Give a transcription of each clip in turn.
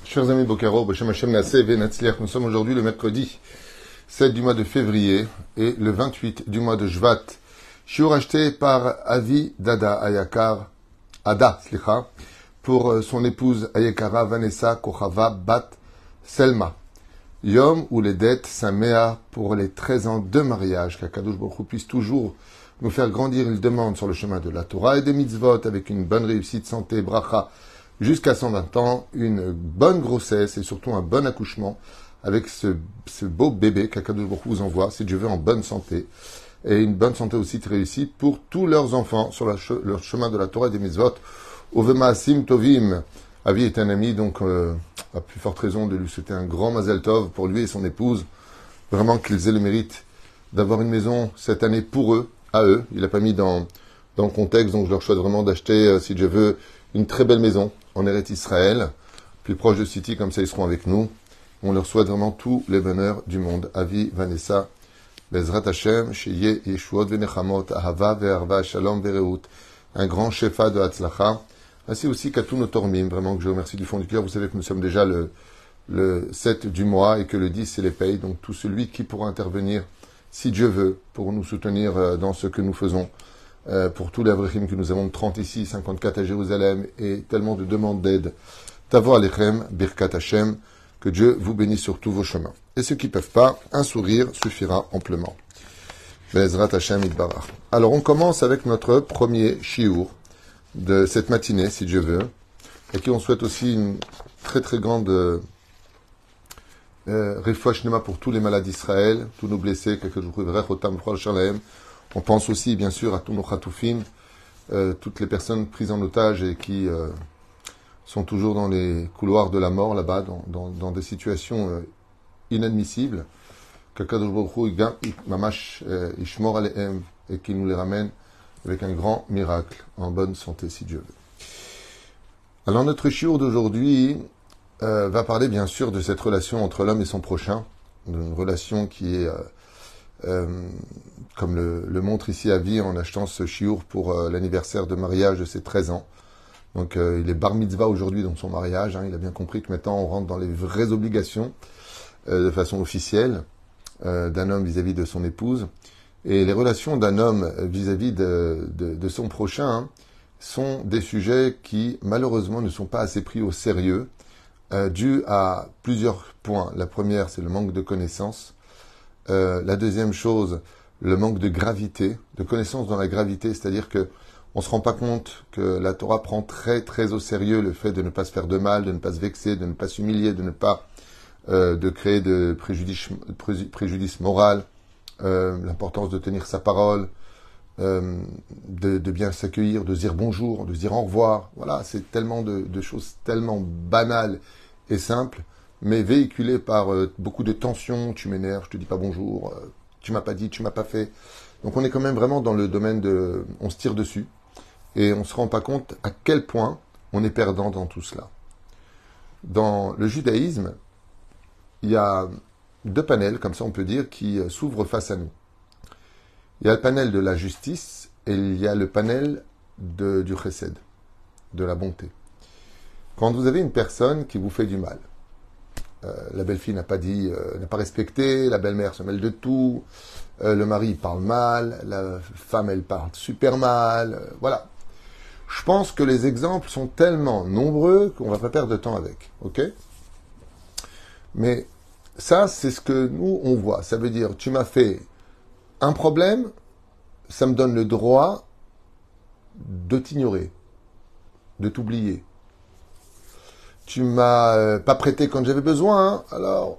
Chers amis Bokaro, B'Shem Hashem Naaseh V'Natzliach, nous sommes aujourd'hui le mercredi 7 du mois de février et le 28 du mois de Shvat. Shiur acheté par Avi Dada Ayakar, pour son épouse Ayakara Vanessa Kochava Bat Selma. Yom ou les dettes Samea pour les 13 ans de mariage, qu'Akadosh Baruch Hu puisse toujours nous faire grandir. Il demande sur le chemin de la Torah et des mitzvot avec une bonne réussite, santé, bracha, jusqu'à 120 ans, une bonne grossesse et surtout un bon accouchement avec ce beau bébé qu'Akadosh Baruch Hu vous envoie, si Dieu veut, en bonne santé. Et une bonne santé aussi très réussie pour tous leurs enfants sur leur chemin de la Torah et des mitzvot. Ovemaasim Tovim. Avi est un ami, donc à plus forte raison de lui souhaiter un grand Mazel Tov pour lui et son épouse. Vraiment qu'ils aient le mérite d'avoir une maison cette année pour eux, à eux. Il n'a pas mis dans le contexte, donc je leur souhaite vraiment d'acheter, si Dieu veut, une très belle maison en Eretz Israël, plus proche de City, comme ça ils seront avec nous. On leur souhaite vraiment tous les bonheurs du monde. Avi, Vanessa, Bezrat Hashem, Sheye, Yeshuot, Venechamot, Ahava, Ve'arva, Shalom, Ve'reut, un grand shefa de Hatzlacha, ainsi aussi qu'à tous nos tormim, vraiment que je remercie du fond du cœur. Vous savez que nous sommes déjà le 7 du mois et que le 10 c'est les payes, donc tout celui qui pourra intervenir, si Dieu veut, pour nous soutenir dans ce que nous faisons, pour tous les avrechim que nous avons, 30 ici, 54 à Jérusalem, et tellement de demandes d'aide. Tavo Alechem, Birkat Hashem, que Dieu vous bénisse sur tous vos chemins. Et ceux qui ne peuvent pas, un sourire suffira amplement. Bezrat Hashem Itbarach. Alors on commence avec notre premier shiur de cette matinée, si Dieu veut, et qui on souhaite aussi une très très grande refouach nema pour tous les malades d'Israël, tous nos blessés, on pense aussi bien sûr à tous nos chatoufim, toutes les personnes prises en otage et qui sont toujours dans les couloirs de la mort là-bas, dans des situations inadmissibles, qu'Akadosh Baruch Hu mamash ishmor alehem et qui nous les ramène avec un grand miracle, en bonne santé, si Dieu veut. Alors, notre shiur d'aujourd'hui va parler, bien sûr, de cette relation entre l'homme et son prochain, une relation qui est, comme le montre ici Avi en achetant ce shiur pour l'anniversaire de mariage de ses 13 ans. Donc, il est bar mitzvah aujourd'hui dans son mariage. Il a bien compris que maintenant, on rentre dans les vraies obligations de façon officielle d'un homme vis-à-vis de son épouse. Et les relations d'un homme vis-à-vis de son prochain sont des sujets qui, malheureusement, ne sont pas assez pris au sérieux, dû à plusieurs points. La première, c'est le manque de connaissances. La deuxième chose, le manque de gravité, de connaissance dans la gravité, c'est-à-dire que on se rend pas compte que la Torah prend très, très au sérieux le fait de ne pas se faire de mal, de ne pas se vexer, de ne pas s'humilier, de ne pas de créer de préjudice moral. L'importance de tenir sa parole, de bien s'accueillir, de se dire bonjour, de se dire au revoir. Voilà, c'est tellement de choses tellement banales et simples, mais véhiculées par beaucoup de tensions. Tu m'énerves, je te dis pas bonjour, tu m'as pas dit, tu m'as pas fait. Donc on est quand même vraiment dans le domaine de... On se tire dessus et on se rend pas compte à quel point on est perdant dans tout cela. Dans le judaïsme, il y a deux panels, comme ça on peut dire, qui s'ouvrent face à nous. Il y a le panel de la justice et il y a le panel du chesed, de la bonté. Quand vous avez une personne qui vous fait du mal, la belle-fille n'a pas dit, n'a pas respecté, la belle-mère se mêle de tout, le mari parle mal, la femme elle parle super mal, voilà. Je pense que les exemples sont tellement nombreux qu'on va pas perdre de temps avec, ok ? Mais ça, c'est ce que nous, on voit. Ça veut dire, tu m'as fait un problème, ça me donne le droit de t'ignorer, de t'oublier. Tu m'as pas prêté quand j'avais besoin, alors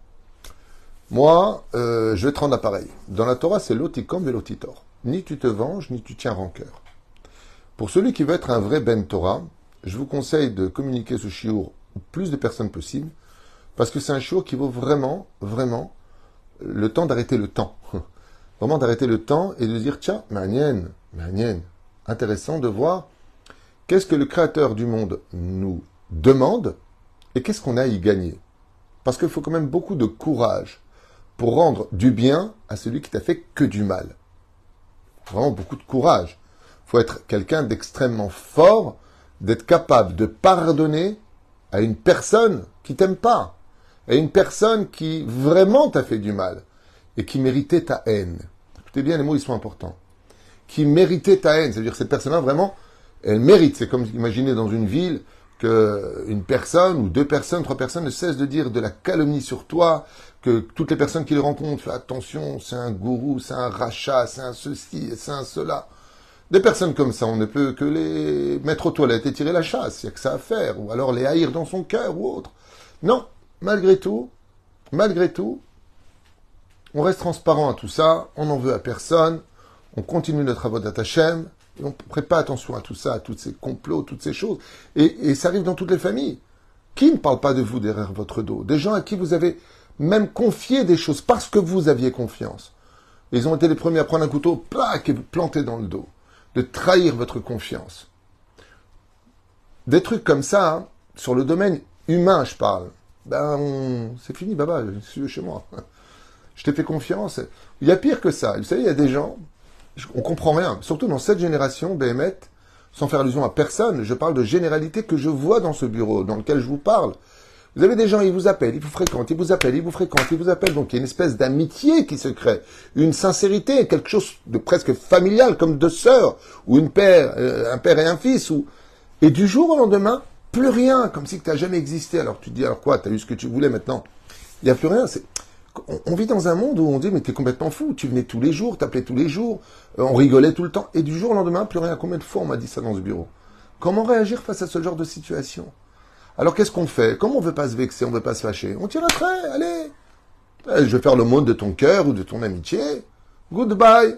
moi, je vais te rendre l'appareil. Dans la Torah, c'est l'otikom et l'otitor. Ni tu te venges, ni tu tiens rancœur. Pour celui qui veut être un vrai ben Torah, je vous conseille de communiquer ce shiur au plus de personnes possible, parce que c'est un shiur qui vaut vraiment, vraiment le temps d'arrêter le temps. Vraiment d'arrêter le temps et de dire, tiens, manienne, intéressant de voir qu'est-ce que le Créateur du monde nous demande et qu'est-ce qu'on a à y gagner. Parce qu'il faut quand même beaucoup de courage pour rendre du bien à celui qui t'a fait que du mal. Vraiment beaucoup de courage. Il faut être quelqu'un d'extrêmement fort, d'être capable de pardonner à une personne qui t'aime pas, à une personne qui vraiment t'a fait du mal et qui méritait ta haine. Écoutez bien, les mots, ils sont importants. Qui méritait ta haine, c'est-à-dire que cette personne-là, vraiment, elle mérite. C'est comme imaginer dans une ville qu'une personne ou deux personnes, trois personnes ne cessent de dire de la calomnie sur toi, que toutes les personnes qui le rencontrent, font attention, c'est un gourou, c'est un rachat, c'est un ceci, c'est un cela. Des personnes comme ça, on ne peut que les mettre aux toilettes et tirer la chasse, il n'y a que ça à faire, ou alors les haïr dans son cœur ou autre. Non, malgré tout, on reste transparent à tout ça, on n'en veut à personne, on continue notre avodat Hashem, et on ne prête pas attention à tout ça, à tous ces complots, toutes ces choses. Et ça arrive dans toutes les familles. Qui ne parle pas de vous derrière votre dos? Des gens à qui vous avez même confié des choses parce que vous aviez confiance. Ils ont été les premiers à prendre un couteau, plaque, et vous planter dans le dos. De trahir votre confiance. Des trucs comme ça, hein, sur le domaine humain, je parle. C'est fini, baba, je suis chez moi. Je t'ai fait confiance. Il y a pire que ça. Vous savez, il y a des gens, on comprend rien. Surtout dans cette génération, Béhémet, sans faire allusion à personne, je parle de généralité que je vois dans ce bureau, dans lequel je vous parle. Vous avez des gens, ils vous appellent, ils vous fréquentent, ils vous appellent, ils vous fréquentent, ils vous appellent. Donc il y a une espèce d'amitié qui se crée, une sincérité, quelque chose de presque familial, comme deux sœurs, ou un père et un fils. Et du jour au lendemain, plus rien, comme si tu n'as jamais existé. Alors tu te dis, alors quoi, tu as eu ce que tu voulais maintenant? Il n'y a plus rien. On vit dans un monde où on dit, mais t'es complètement fou, tu venais tous les jours, t'appelais tous les jours, on rigolait tout le temps, et du jour au lendemain, plus rien. Combien de fois on m'a dit ça dans ce bureau? Comment réagir face à ce genre de situation? Alors qu'est-ce qu'on fait? Comme on ne veut pas se vexer, on ne veut pas se fâcher, on tire un trait, allez. Je vais faire le monde de ton cœur ou de ton amitié. Goodbye.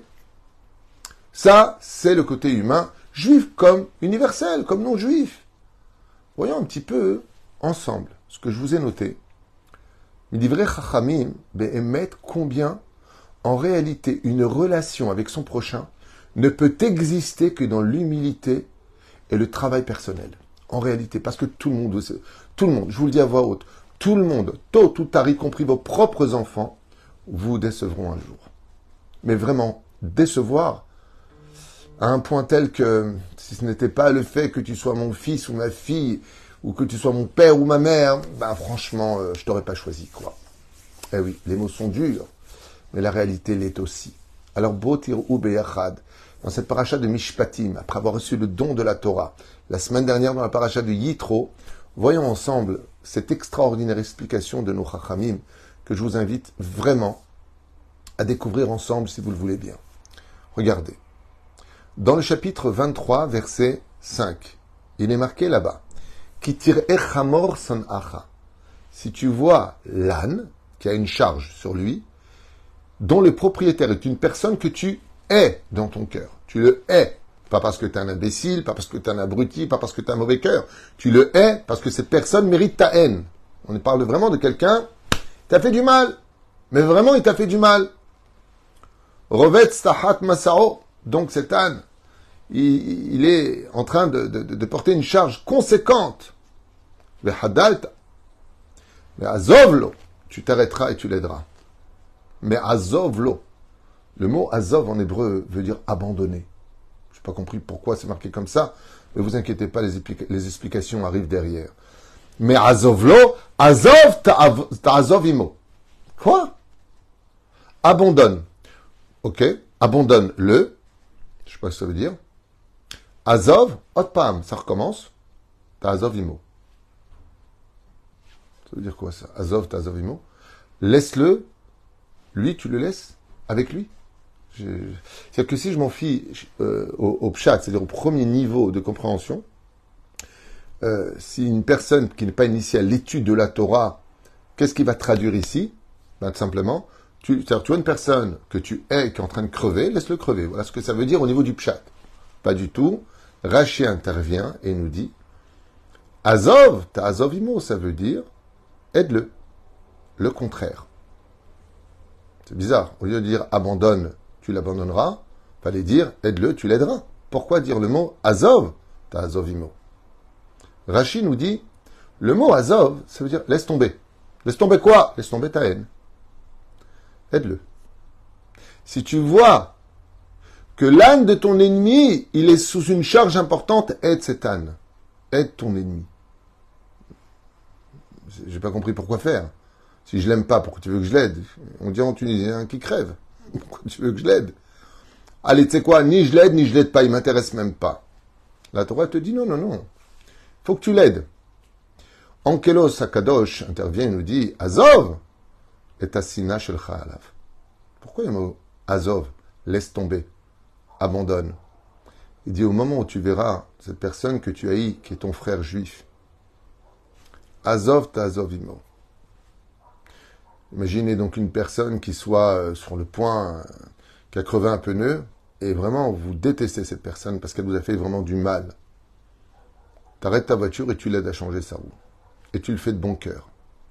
Ça, c'est le côté humain, juif comme universel, comme non juif. Voyons un petit peu ensemble ce que je vous ai noté. Il dit vrai Chachamim, Be'emet, combien en réalité une relation avec son prochain ne peut exister que dans l'humilité et le travail personnel. En réalité, parce que tout le monde, je vous le dis à voix haute, tout le monde, tôt ou tard, y compris vos propres enfants, vous décevront un jour. Mais vraiment, décevoir à un point tel que, si ce n'était pas le fait que tu sois mon fils ou ma fille, ou que tu sois mon père ou ma mère, franchement, je t'aurais pas choisi, quoi. Eh oui, les mots sont durs, mais la réalité l'est aussi. Alors, Botir ou Beyachad, dans cette paracha de Mishpatim, après avoir reçu le don de la Torah, la semaine dernière dans la paracha de Yitro, voyons ensemble cette extraordinaire explication de nos Chachamim que je vous invite vraiment à découvrir ensemble si vous le voulez bien. Regardez. Dans le chapitre 23, verset 5, il est marqué là-bas Ki tir'eh chamor san'acha. Si tu vois l'âne qui a une charge sur lui, dont le propriétaire est une personne que tu hais dans ton cœur. Tu le hais. Pas parce que tu es un imbécile, pas parce que tu es un abruti, pas parce que tu as un mauvais cœur. Tu le hais parce que cette personne mérite ta haine. On parle vraiment de quelqu'un qui t'a fait du mal. Mais vraiment, il t'a fait du mal. Rovet stahat masao. Donc cet âne, il est en train de porter une charge conséquente. Le hadalta. Mais azovlo. Tu t'arrêteras et tu l'aideras. Mais azovlo. Le mot azov en hébreu veut dire abandonner. Je n'ai pas compris pourquoi c'est marqué comme ça, mais vous inquiétez pas, les explications arrivent derrière. Mais azovlo, azov ta'azovimo. Quoi? Abandonne. Ok? Abandonne-le. Je ne sais pas ce que ça veut dire. Azov, otpam, ça recommence. Ta'azovimo. Ça veut dire quoi ça? Azov ta'azovimo. Laisse-le. Lui, tu le laisses avec lui. C'est-à-dire que si je m'en fie au pshat, c'est-à-dire au premier niveau de compréhension, si une personne qui n'est pas initiée à l'étude de la Torah, qu'est-ce qu'il va traduire ici? Tout simplement, tu vois une personne que tu hais qui est en train de crever, laisse-le crever. Voilà ce que ça veut dire au niveau du pshat. Pas du tout. Rashi intervient et nous dit Azov, ta'azovimo, ça veut dire aide-le. Le contraire. C'est bizarre. Au lieu de dire abandonne, tu l'abandonneras, fallait dire aide-le, tu l'aideras. Pourquoi dire le mot azov, ta'azovimo? Rashi nous dit le mot azov, ça veut dire laisse tomber. Laisse tomber quoi? Laisse tomber ta haine. Aide-le. Si tu vois que l'âne de ton ennemi, il est sous une charge importante, aide cet âne. Aide ton ennemi. j'ai pas compris pourquoi faire. Si je l'aime pas, pourquoi tu veux que je l'aide? On dit en tunisien qui crève. Pourquoi tu veux que je l'aide? Allez, tu sais quoi, ni je l'aide pas, il m'intéresse même pas. La Torah te dit non, non, non. Faut que tu l'aides. Ankelos Akadosh intervient et nous dit Azov et Asina Shelcha Alav. Pourquoi il y a le mot Azov? Laisse tomber, abandonne. Il dit au moment où tu verras cette personne que tu haïs, qui est ton frère juif, Azov ta Azovimo. Imaginez donc une personne qui soit sur le point, qui a crevé un pneu, et vraiment vous détestez cette personne parce qu'elle vous a fait vraiment du mal. Tu arrêtes ta voiture et tu l'aides à changer sa roue. Et tu le fais de bon cœur.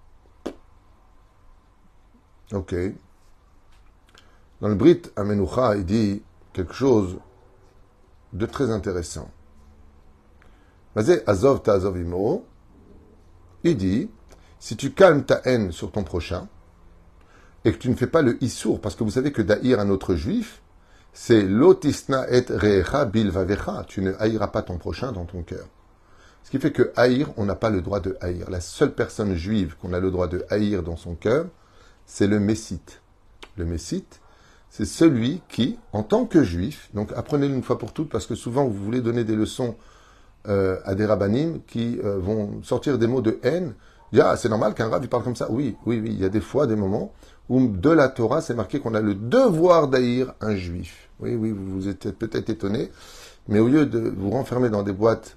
Ok. Dans le Brit Amenucha, il dit quelque chose de très intéressant. Vas-y, Azov ta Azovimo. Il dit, si tu calmes ta haine sur ton prochain, et que tu ne fais pas le issour, parce que vous savez que d'haïr un autre juif, c'est lotisna et recha bilvavecha. Tu ne haïras pas ton prochain dans ton cœur. Ce qui fait que haïr, on n'a pas le droit de haïr. La seule personne juive qu'on a le droit de haïr dans son cœur, c'est le messite. Le messite, c'est celui qui, en tant que juif, donc apprenez-le une fois pour toutes, parce que souvent vous voulez donner des leçons à des rabbinim qui vont sortir des mots de haine. Ah, c'est normal qu'un rabbin parle comme ça. Oui, oui, oui, il y a des fois, des moments où de la Torah, c'est marqué qu'on a le devoir d'haïr un juif. Oui, oui, vous vous êtes peut-être étonné, mais au lieu de vous renfermer dans des boîtes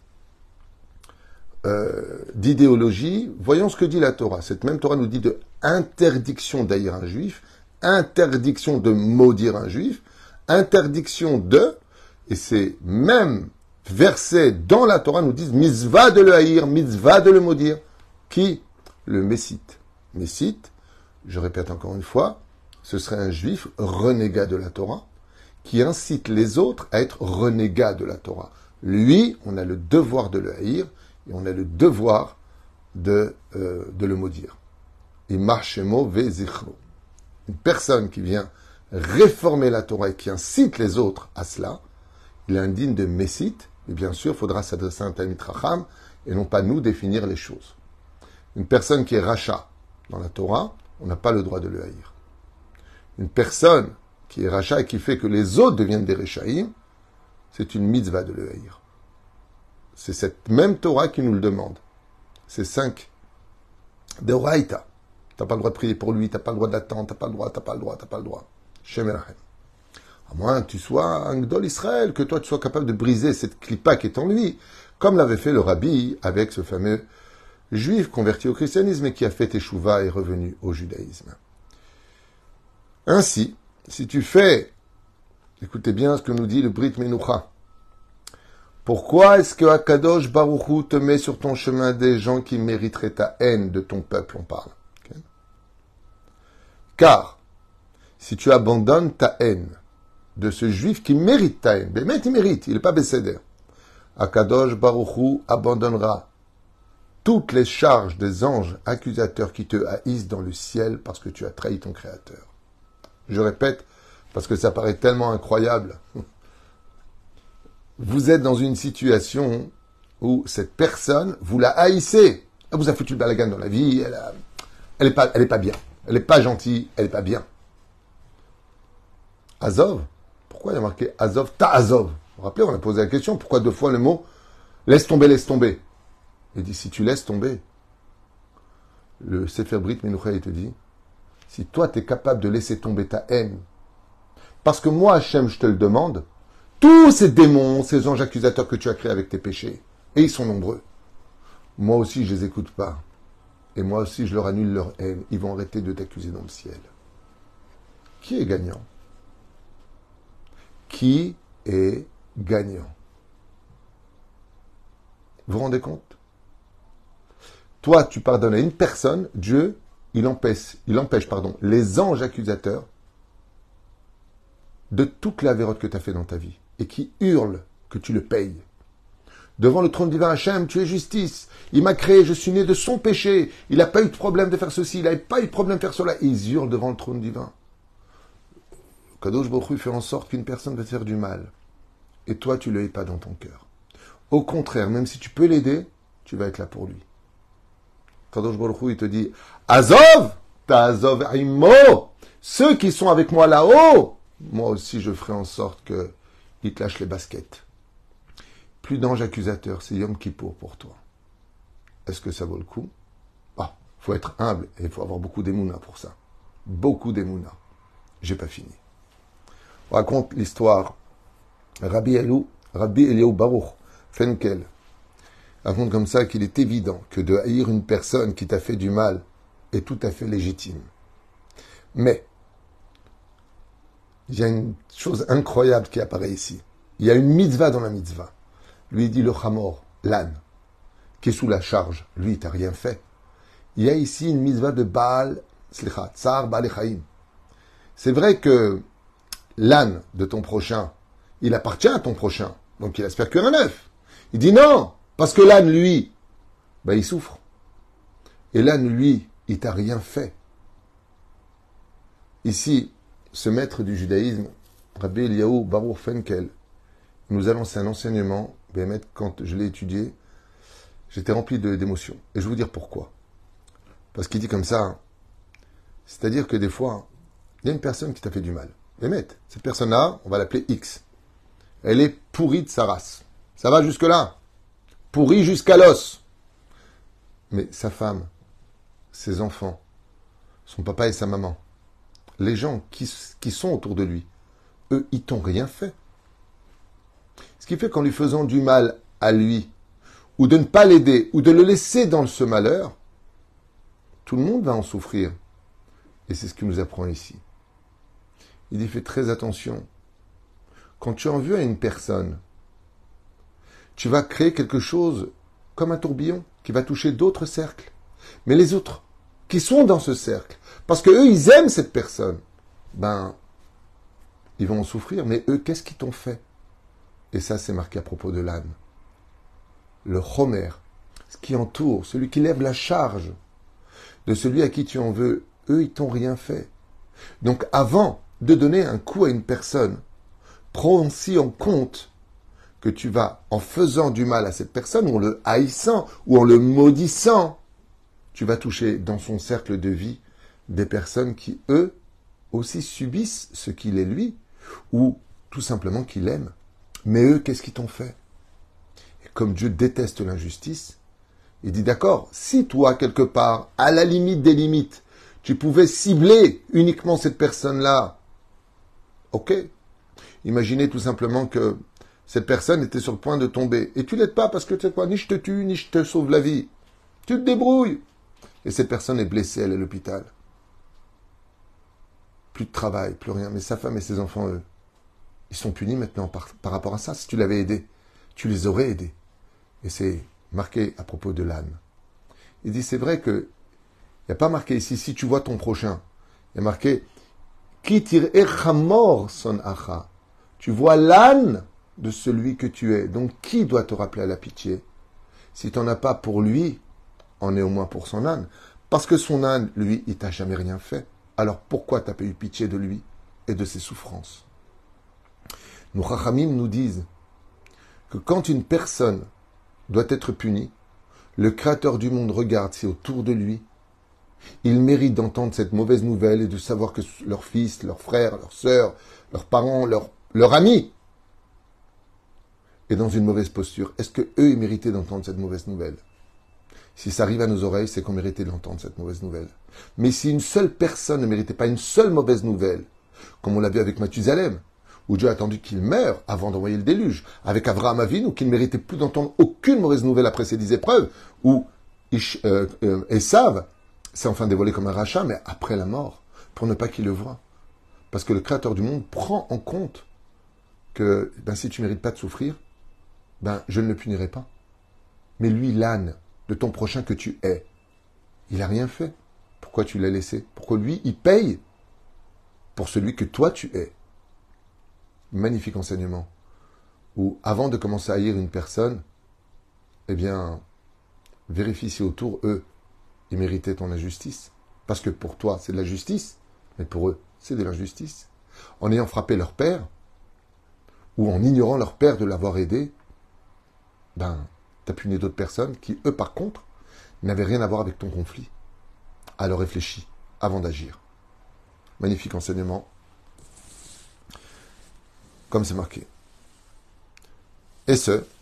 d'idéologie, voyons ce que dit la Torah. Cette même Torah nous dit de interdiction d'haïr un juif, interdiction de maudire un juif, interdiction de, et ces mêmes versets dans la Torah nous disent mitzvah de le haïr, mitzvah de le maudire. Qui? Le messite. Messite, je répète encore une fois, ce serait un juif renégat de la Torah qui incite les autres à être renégats de la Torah. Lui, on a le devoir de le haïr et on a le devoir de le maudire. Imachemo vezichro. Une personne qui vient réformer la Torah et qui incite les autres à cela, il est indigne de messite, et bien sûr, il faudra s'adresser à un Talmid Chacham et non pas nous définir les choses. Une personne qui est rachat dans la Torah, on n'a pas le droit de le haïr. Une personne qui est rachat et qui fait que les autres deviennent des réchaïm, c'est une mitzvah de le haïr. C'est cette même Torah qui nous le demande. C'est 5 d'Oraïta. Tu n'as pas le droit de prier pour lui, tu n'as pas le droit d'attendre, tu n'as pas le droit, tu n'as pas le droit, tu n'as pas le droit. Shem Elachem. À moins que tu sois un Gdol Israël, que toi tu sois capable de briser cette clipa qui est en lui, comme l'avait fait le rabbi avec ce fameux juif converti au christianisme et qui a fait teshuva et est revenu au judaïsme. Ainsi, si tu fais, écoutez bien ce que nous dit le Brit Menucha, pourquoi est-ce que Akadosh Baruch Hu te met sur ton chemin des gens qui mériteraient ta haine de ton peuple, on parle. Okay. Car, si tu abandonnes ta haine de ce juif qui mérite ta haine, mais il mérite, il n'est pas Besséder, Akadosh Baruch Hu abandonnera toutes les charges des anges accusateurs qui te haïssent dans le ciel parce que tu as trahi ton Créateur. Je répète, parce que ça paraît tellement incroyable. Vous êtes dans une situation où cette personne, vous la haïssez. Elle vous a foutu le balagan dans la vie, elle est pas bien. Elle n'est pas gentille, elle n'est pas bien. Azov, pourquoi il y a marqué Azov, ta Azov? Vous vous rappelez, on a posé la question, pourquoi 2 fois le mot laisse tomber, laisse tomber? Il dit, si tu laisses tomber, le Sefer Brit Menucha, il te dit, si toi, tu es capable de laisser tomber ta haine, parce que moi, Hachem, je te le demande, tous ces démons, ces anges accusateurs que tu as créés avec tes péchés, et ils sont nombreux, moi aussi, je les écoute pas. Et moi aussi, je leur annule leur haine. Ils vont arrêter de t'accuser dans le ciel. Qui est gagnant? Qui est gagnant? Vous vous rendez compte? Toi, tu pardonnes à une personne, Dieu, il empêche, les anges accusateurs de toute la vérote que tu as fait dans ta vie et qui hurlent que tu le payes. Devant le trône divin, Hachem, tu es justice. Il m'a créé, je suis né de son péché. Il n'a pas eu de problème de faire ceci, il n'a pas eu de problème de faire cela. Et ils hurlent devant le trône divin. Kadosh Baruch Hu fait en sorte qu'une personne va te faire du mal. Et toi, tu ne le hais pas dans ton cœur. Au contraire, même si tu peux l'aider, tu vas être là pour lui. Kadosh Baruch Hu, il te dit, Azov, ta'azov imo. Ceux qui sont avec moi là-haut, moi aussi je ferai en sorte qu'ils te lâchent les baskets. Plus d'ange accusateur, c'est Yom Kippour pour toi. Est-ce que ça vaut le coup? Ah, faut être humble et il faut avoir beaucoup d'émouna pour ça. Beaucoup d'émouna. J'ai pas fini. On raconte l'histoire. Rabbi Eliyahu Baruch Fenkel raconte comme ça qu'il est évident que de haïr une personne qui t'a fait du mal est tout à fait légitime. Mais il y a une chose incroyable qui apparaît ici. Il y a une mitzvah dans la mitzvah. Lui, il dit le chamor, l'âne, qui est sous la charge. Lui, il t'a rien fait. Il y a ici une mitzvah de Baal, Tsar Baal Echaim. C'est vrai que l'âne de ton prochain, il appartient à ton prochain. Donc, il espère que un œuf. Il dit non, parce que l'âne, lui, il souffre. Et l'âne, lui, il t'a rien fait. Ici, ce maître du judaïsme, Rabbi Eliyahu Baruch Fenkel, nous a lancé un enseignement. Quand je l'ai étudié, j'étais rempli d'émotions. Et je vais vous dire pourquoi. Parce qu'il dit comme ça, c'est-à-dire que des fois, il y a une personne qui t'a fait du mal. Cette personne-là, on va l'appeler X. Elle est pourrie de sa race. Ça va jusque-là. Pourrie jusqu'à l'os. Mais sa femme, ses enfants, son papa et sa maman, les gens qui sont autour de lui, eux, ils t'ont rien fait. Ce qui fait qu'en lui faisant du mal à lui, ou de ne pas l'aider, ou de le laisser dans ce malheur, tout le monde va en souffrir. Et c'est ce qu'il nous apprend ici. Il dit, fais très attention. Quand tu en veux à une personne, tu vas créer quelque chose comme un tourbillon qui va toucher d'autres cercles. Mais les autres, qui sont dans ce cercle, parce que eux, ils aiment cette personne, ils vont en souffrir. Mais eux, qu'est-ce qu'ils t'ont fait? Et ça, c'est marqué à propos de l'âne. Le chomer, ce qui entoure, celui qui lève la charge de celui à qui tu en veux, eux, ils t'ont rien fait. Donc, avant de donner un coup à une personne, prends aussi en compte que tu vas, en faisant du mal à cette personne, ou en le haïssant, ou en le maudissant, tu vas toucher dans son cercle de vie des personnes qui, eux, aussi subissent ce qu'il est lui, ou tout simplement qu'il aime. Mais eux, qu'est-ce qu'ils t'ont fait? Et comme Dieu déteste l'injustice, il dit d'accord, si toi, quelque part, à la limite des limites, tu pouvais cibler uniquement cette personne-là, ok. Imaginez tout simplement que cette personne était sur le point de tomber. Et tu l'aides pas parce que tu sais quoi, ni je te tue, ni je te sauve la vie. Tu te débrouilles. Et cette personne est blessée, elle est à l'hôpital. Plus de travail, plus rien. Mais sa femme et ses enfants, eux, ils sont punis maintenant par rapport à ça. Si tu l'avais aidé, tu les aurais aidés. Et c'est marqué à propos de l'âne. Il dit, c'est vrai que il n'y a pas marqué ici, si tu vois ton prochain. Il y a marqué, Ki tir'e chamor son acha. Tu vois l'âne de celui que tu es. Donc, qui doit te rappeler à la pitié? Si tu n'en as pas pour lui, en est au moins pour son âne. Parce que son âne, lui, il t'a jamais rien fait. Alors, pourquoi tu n'as pas eu pitié de lui et de ses souffrances? Nos Chachamim nous disent que quand une personne doit être punie, le Créateur du monde regarde si autour de lui, il mérite d'entendre cette mauvaise nouvelle et de savoir que leur fils, leur frère, leur sœur, leurs parents, leur ami est dans une mauvaise posture. Est-ce que eux, ils méritaient d'entendre cette mauvaise nouvelle? Si ça arrive à nos oreilles, c'est qu'on méritait d'entendre cette mauvaise nouvelle. Mais si une seule personne ne méritait pas une seule mauvaise nouvelle, comme on l'a vu avec Mathusalem, où Dieu a attendu qu'il meure avant d'envoyer le déluge, avec Avraham Avinu, qui ne méritait plus d'entendre aucune mauvaise nouvelle après ces 10 épreuves, où Esav s'est enfin dévoilé comme un rachat, mais après la mort, pour ne pas qu'il le voie. Parce que le Créateur du monde prend en compte que si tu ne mérites pas de souffrir, je ne le punirai pas. Mais lui, l'âne de ton prochain que tu es, il n'a rien fait. Pourquoi tu l'as laissé? Pourquoi lui, il paye pour celui que toi tu es? Magnifique enseignement. Où, avant de commencer à haïr une personne, vérifie si autour, eux, ils méritaient ton injustice. Parce que pour toi, c'est de la justice, mais pour eux, c'est de l'injustice. En ayant frappé leur père, ou en ignorant leur père de l'avoir aidé, t'as puni d'autres personnes qui, eux, par contre, n'avait rien à voir avec ton conflit. Alors réfléchis avant d'agir. Magnifique enseignement, comme c'est marqué. Et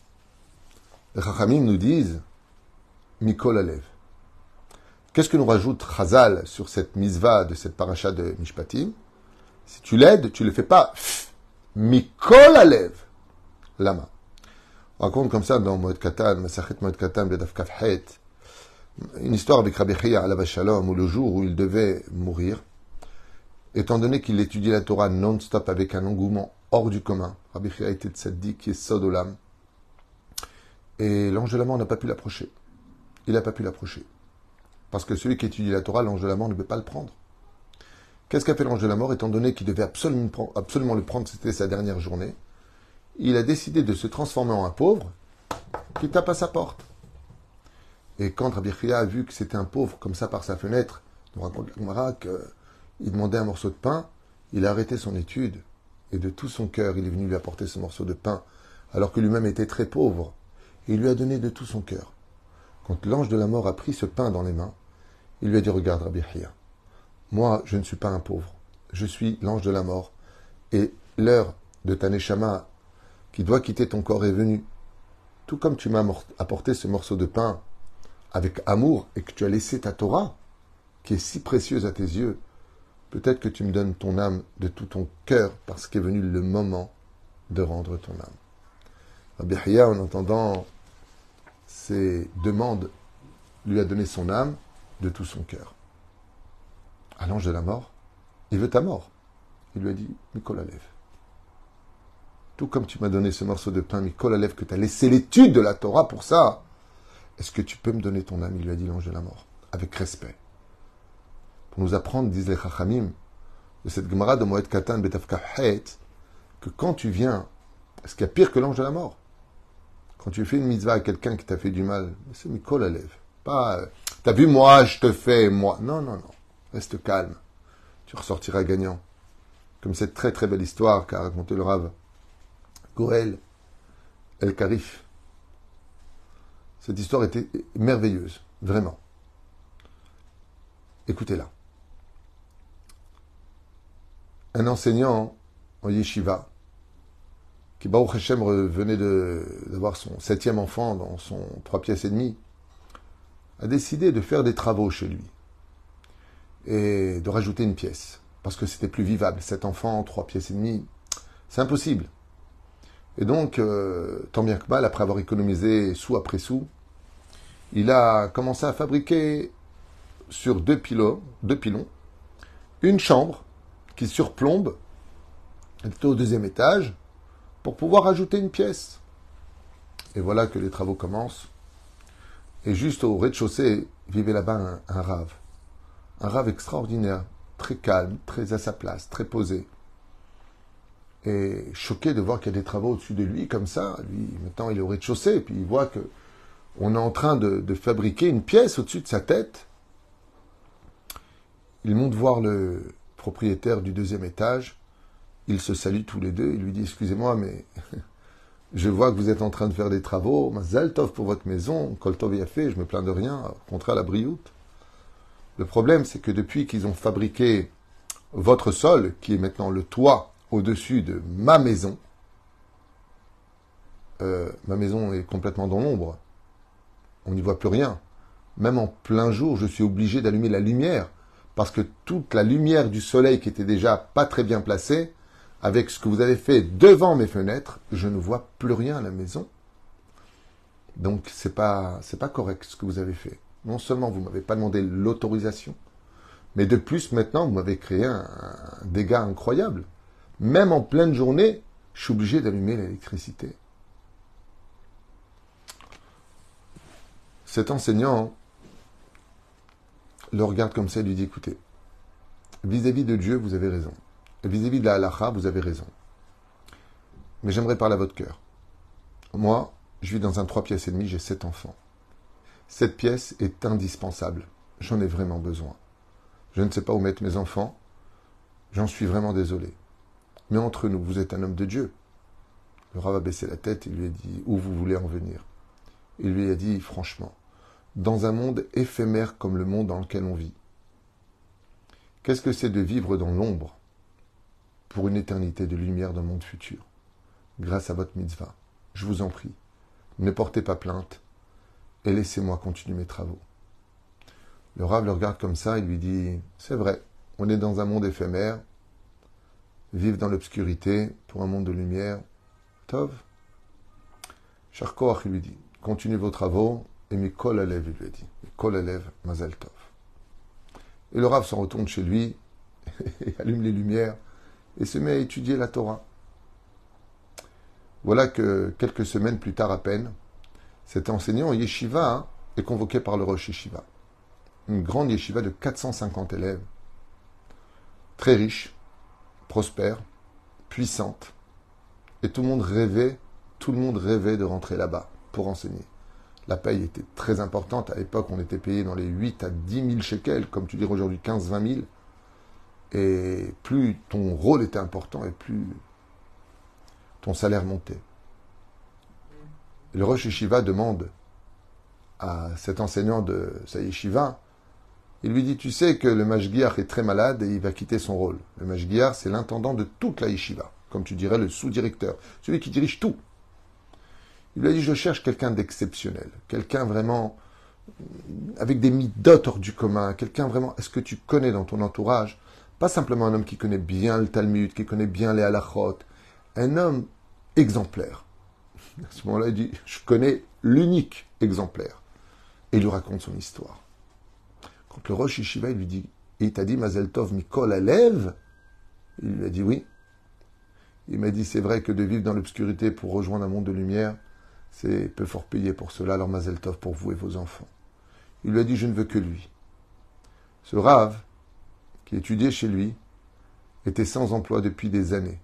les Chachamim nous disent Mikol Alev. Qu'est-ce que nous rajoute Chazal sur cette misva de cette paracha de Mishpatim? Si tu l'aides, tu ne le fais pas. Mikol Alev. Lama. On raconte comme ça dans Moed Katan, Masachet Moed Katan, Bedaf Kafhet, une histoire avec Rabbi Chia alav shalom, où le jour où il devait mourir, étant donné qu'il étudiait la Torah non-stop avec un engouement hors du commun, Rabbi Chia était tzaddik qui est sod olam, et l'ange de la mort n'a pas pu l'approcher. Il n'a pas pu l'approcher. Parce que celui qui étudie la Torah, l'ange de la mort ne peut pas le prendre. Qu'est-ce qu'a fait l'ange de la mort, étant donné qu'il devait absolument le prendre, c'était sa dernière journée? Il a décidé de se transformer en un pauvre qui tape à sa porte. Et quand Rabbi Chia a vu que c'était un pauvre, comme ça par sa fenêtre, nous raconte la Gemara qu'il demandait un morceau de pain, il a arrêté son étude, et de tout son cœur, il est venu lui apporter ce morceau de pain, alors que lui-même était très pauvre, et il lui a donné de tout son cœur. Quand l'ange de la mort a pris ce pain dans les mains, il lui a dit, regarde Rabbi Chia, moi je ne suis pas un pauvre, je suis l'ange de la mort, et l'heure de ta neshama qui doit quitter ton corps est venue. Tout comme tu m'as apporté ce morceau de pain avec amour et que tu as laissé ta Torah, qui est si précieuse à tes yeux, peut-être que tu me donnes ton âme de tout ton cœur parce qu'est venu le moment de rendre ton âme. Rabbi Chia, en entendant ces demandes, lui a donné son âme de tout son cœur. À l'ange de la mort, il veut ta mort. Il lui a dit, Mikol Alev. Tout comme tu m'as donné ce morceau de pain, Mikol Alev, que tu as laissé l'étude de la Torah pour ça, est-ce que tu peux me donner ton âme? Il lui a dit l'ange de la mort, avec respect. Pour nous apprendre, disent les Chachamim, de cette Gemara de Moed Katan Betaf Kafhet, que quand tu viens, est-ce qu'il y a pire que l'ange de la mort? Quand tu fais une mitzvah à quelqu'un qui t'a fait du mal, c'est Mikol Alev. Pas, t'as vu moi, je te fais, moi. Non, non, non. Reste calme. Tu ressortiras gagnant. Comme cette très très belle histoire qu'a raconté le Rav Goël El Karif. Cette histoire était merveilleuse, vraiment. Écoutez-la. Un enseignant en yeshiva, qui Baruch Hashem venait d'avoir son 7e enfant dans son 3 pièces et demie, a décidé de faire des travaux chez lui et de rajouter une pièce, parce que c'était plus vivable. 7 enfants, 3 pièces et demie, c'est impossible. Et donc, tant bien que mal, après avoir économisé sou après sou, il a commencé à fabriquer sur 2 pilons, une chambre qui surplombe, elle était au 2e étage, pour pouvoir ajouter une pièce. Et voilà que les travaux commencent. Et juste au rez-de-chaussée, vivait là-bas un rave. Un rave extraordinaire, très calme, très à sa place, très posé. Et choqué de voir qu'il y a des travaux au-dessus de lui, comme ça. Lui, maintenant, il est au rez-de-chaussée, et puis il voit que on est en train de fabriquer une pièce au-dessus de sa tête. Il monte voir le propriétaire du 2e étage. Ils se saluent tous les deux. Il lui dit, excusez-moi, mais je vois que vous êtes en train de faire des travaux. Mazal tov pour votre maison. Kol tov yafé, je me plains de rien. Au contraire, la brioute. Le problème, c'est que depuis qu'ils ont fabriqué votre sol, qui est maintenant le toit au-dessus de ma maison est complètement dans l'ombre. On n'y voit plus rien. Même en plein jour, je suis obligé d'allumer la lumière, parce que toute la lumière du soleil qui était déjà pas très bien placée, avec ce que vous avez fait devant mes fenêtres, je ne vois plus rien à la maison. Donc c'est pas correct ce que vous avez fait. Non seulement vous m'avez pas demandé l'autorisation, mais de plus maintenant vous m'avez créé un dégât incroyable. Même en pleine journée, je suis obligé d'allumer l'électricité. Cet enseignant le regarde comme ça et lui dit, écoutez, vis-à-vis de Dieu, vous avez raison. Et vis-à-vis de la halakha, vous avez raison. Mais j'aimerais parler à votre cœur. Moi, je vis dans un 3 pièces et demie, j'ai 7 enfants. Cette pièce est indispensable. J'en ai vraiment besoin. Je ne sais pas où mettre mes enfants. J'en suis vraiment désolé. Mais entre nous, vous êtes un homme de Dieu. Le Rav a baissé la tête et lui a dit, où vous voulez en venir? Il lui a dit, franchement, dans un monde éphémère comme le monde dans lequel on vit. Qu'est-ce que c'est de vivre dans l'ombre pour une éternité de lumière dans le monde futur, grâce à votre mitzvah? Je vous en prie, ne portez pas plainte et laissez-moi continuer mes travaux. Le Rav le regarde comme ça et lui dit, c'est vrai, on est dans un monde éphémère, vivre dans l'obscurité pour un monde de lumière, Tov. Sharkoach, il lui dit, continuez vos travaux, et Mikol Alev, il lui a dit, Mikol Alev, Mazel Tov. Et le Rav s'en retourne chez lui, et allume les lumières, et se met à étudier la Torah. Voilà que quelques semaines plus tard à peine, cet enseignant en yeshiva est convoqué par le Rosh Yeshiva. Une grande yeshiva de 450 élèves, très riche, prospère, puissante. Et tout le monde rêvait de rentrer là-bas pour enseigner. La paye était très importante. À l'époque, on était payé dans les 8 à 10 000 shekels, comme tu dirais aujourd'hui 15-20 000. Et plus ton rôle était important et plus ton salaire montait. Et le Rosh Yeshiva demande à cet enseignant de sa yeshiva, il lui dit, tu sais que le Mashgiach est très malade et il va quitter son rôle. Le Mashgiach, c'est l'intendant de toute la yeshiva, comme tu dirais le sous-directeur, celui qui dirige tout. Il lui a dit, je cherche quelqu'un d'exceptionnel, quelqu'un vraiment avec des midot hors du commun, quelqu'un vraiment, est-ce que tu connais dans ton entourage, pas simplement un homme qui connaît bien le Talmud, qui connaît bien les halachot, un homme exemplaire. À ce moment-là, il dit, je connais l'unique exemplaire. Et il lui raconte son histoire. Quand le Rosh Yeshiva, il lui dit, et il t'a dit, Mazel Tov Mikol Alev, il lui a dit oui. Il m'a dit, c'est vrai que de vivre dans l'obscurité pour rejoindre un monde de lumière, c'est peu fort payé pour cela, alors Mazel Tov pour vous et vos enfants. Il lui a dit, je ne veux que lui. Ce Rav, qui étudiait chez lui, était sans emploi depuis des années.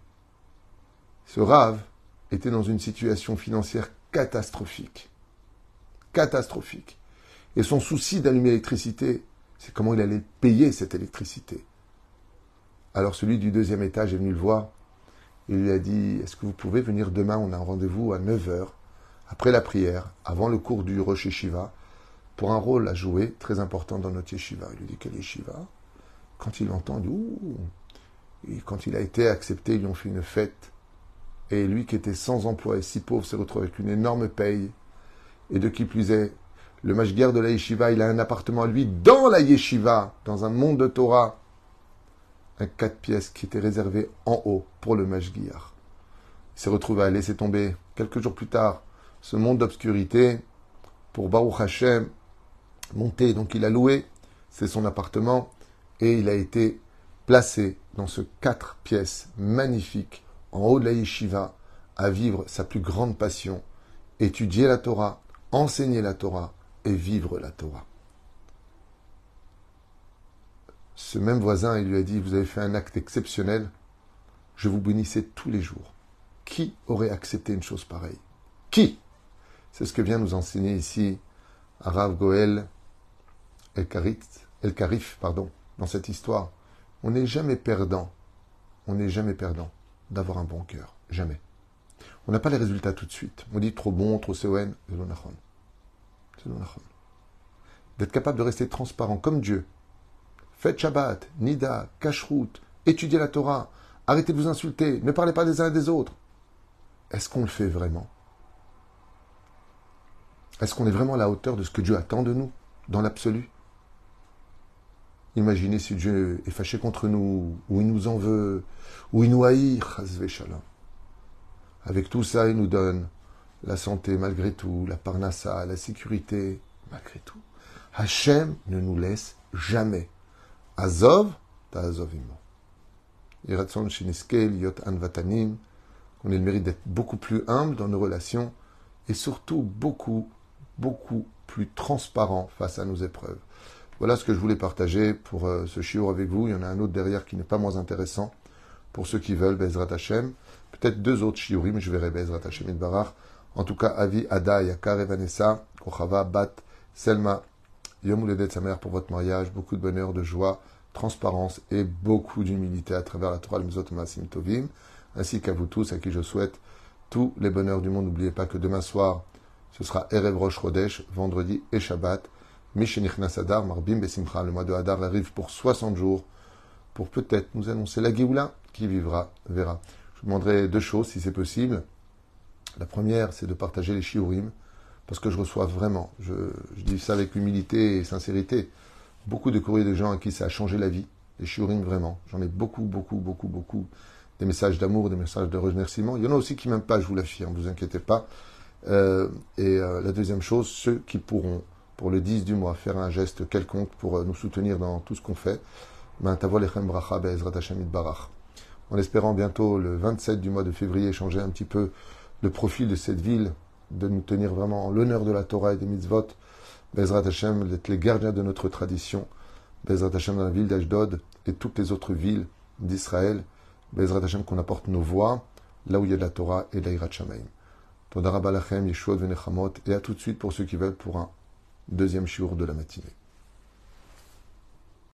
Ce Rav était dans une situation financière catastrophique. Catastrophique. Et son souci d'allumer l'électricité, c'est comment il allait payer cette électricité. Alors celui du deuxième étage est venu le voir. Il lui a dit, est-ce que vous pouvez venir demain? On a un rendez-vous à 9 heures, après la prière, avant le cours du Rosh Yeshiva, pour un rôle à jouer très important dans notre yeshiva. Il lui dit, quel yeshiva? Quand il l'entend, il dit, ouh. Et quand il a été accepté, ils lui ont fait une fête. Et lui qui était sans emploi et si pauvre s'est retrouvé avec une énorme paye. Et de qui plus est, le mashgiach de la yeshiva, il a un appartement à lui dans la yeshiva, dans un monde de Torah. Un 4 pièces qui était réservé en haut pour le mashgiach. Il s'est retrouvé à laisser tomber, quelques jours plus tard, ce monde d'obscurité pour Baruch Hashem monter. Donc il a loué, c'est son appartement, et il a été placé dans ce 4 pièces magnifique en haut de la yeshiva à vivre sa plus grande passion, étudier la Torah, enseigner la Torah et vivre la Torah. Ce même voisin, il lui a dit, vous avez fait un acte exceptionnel, je vous bénissais tous les jours. Qui aurait accepté une chose pareille? Qui? C'est ce que vient nous enseigner ici Rav Goel El-Karif, dans cette histoire. On n'est jamais perdant d'avoir un bon cœur. Jamais. On n'a pas les résultats tout de suite. On dit trop bon, trop CON. C'est l'onachon. D'être capable de rester transparent comme Dieu. Faites Shabbat, Nida, Kashrut, étudiez la Torah, arrêtez de vous insulter, ne parlez pas des uns et des autres. Est-ce qu'on le fait vraiment? Est-ce qu'on est vraiment à la hauteur de ce que Dieu attend de nous, dans l'absolu? Imaginez si Dieu est fâché contre nous, ou il nous en veut, ou il nous haït, chas v'shalom. Avec tout ça, il nous donne la santé malgré tout, la parnassa, la sécurité malgré tout. Hachem ne nous laisse jamais. Azov, ta'azov imo. Iratson shiniske liot anvatanim. On ait le mérite d'être beaucoup plus humble dans nos relations et surtout beaucoup plus transparent face à nos épreuves. Voilà ce que je voulais partager pour ce shiur avec vous. Il y en a un autre derrière qui n'est pas moins intéressant. Pour ceux qui veulent, Bezrat Hashem. Peut-être 2 autres shiurim, mais je verrai Bezrat Hashem et Barach. En tout cas, Avi, Ada, Yakar et Vanessa, Kochava, Bat, Selma, Yom Uledet Samer pour votre mariage. Beaucoup de bonheur, de joie, transparence et beaucoup d'humilité à travers la Torah, le Mizot Maasim Tovim. Ainsi qu'à vous tous, à qui je souhaite tous les bonheurs du monde. N'oubliez pas que demain soir, ce sera Erev Rosh Chodesh, vendredi et Shabbat. Mishenichnas Adar, Marbim Besimcha. Le mois de Hadar arrive pour 60 jours, pour peut-être nous annoncer la Géoula. Qui vivra, verra. Je vous demanderai deux choses si c'est possible. La première, c'est de partager les shiurim, parce que je reçois vraiment, je dis ça avec humilité et sincérité, beaucoup de courriers de gens à qui ça a changé la vie, les shiurim vraiment. J'en ai beaucoup, des messages d'amour, des messages de remerciement. Il y en a aussi qui m'aiment pas, je vous l'affirme, ne vous inquiétez pas. La deuxième chose, ceux qui pourront, pour le 10 du mois, faire un geste quelconque pour nous soutenir dans tout ce qu'on fait, ben, tavo lechem bracha be'ezrat Hashem itbarach. En espérant bientôt, le 27 du mois de février, changer un petit peu le profil de cette ville, de nous tenir vraiment en l'honneur de la Torah et des mitzvot, Bezrat Hashem, d'être les gardiens de notre tradition, Bezrat Hashem dans la ville d'Ashdod et toutes les autres villes d'Israël, Bezrat Hashem qu'on apporte nos voix, là où il y a de la Torah et de la Yirat Shamayim. Toda Rabba Lachem, Yeshua Venechamot, et à tout de suite pour ceux qui veulent pour un deuxième shiur de la matinée.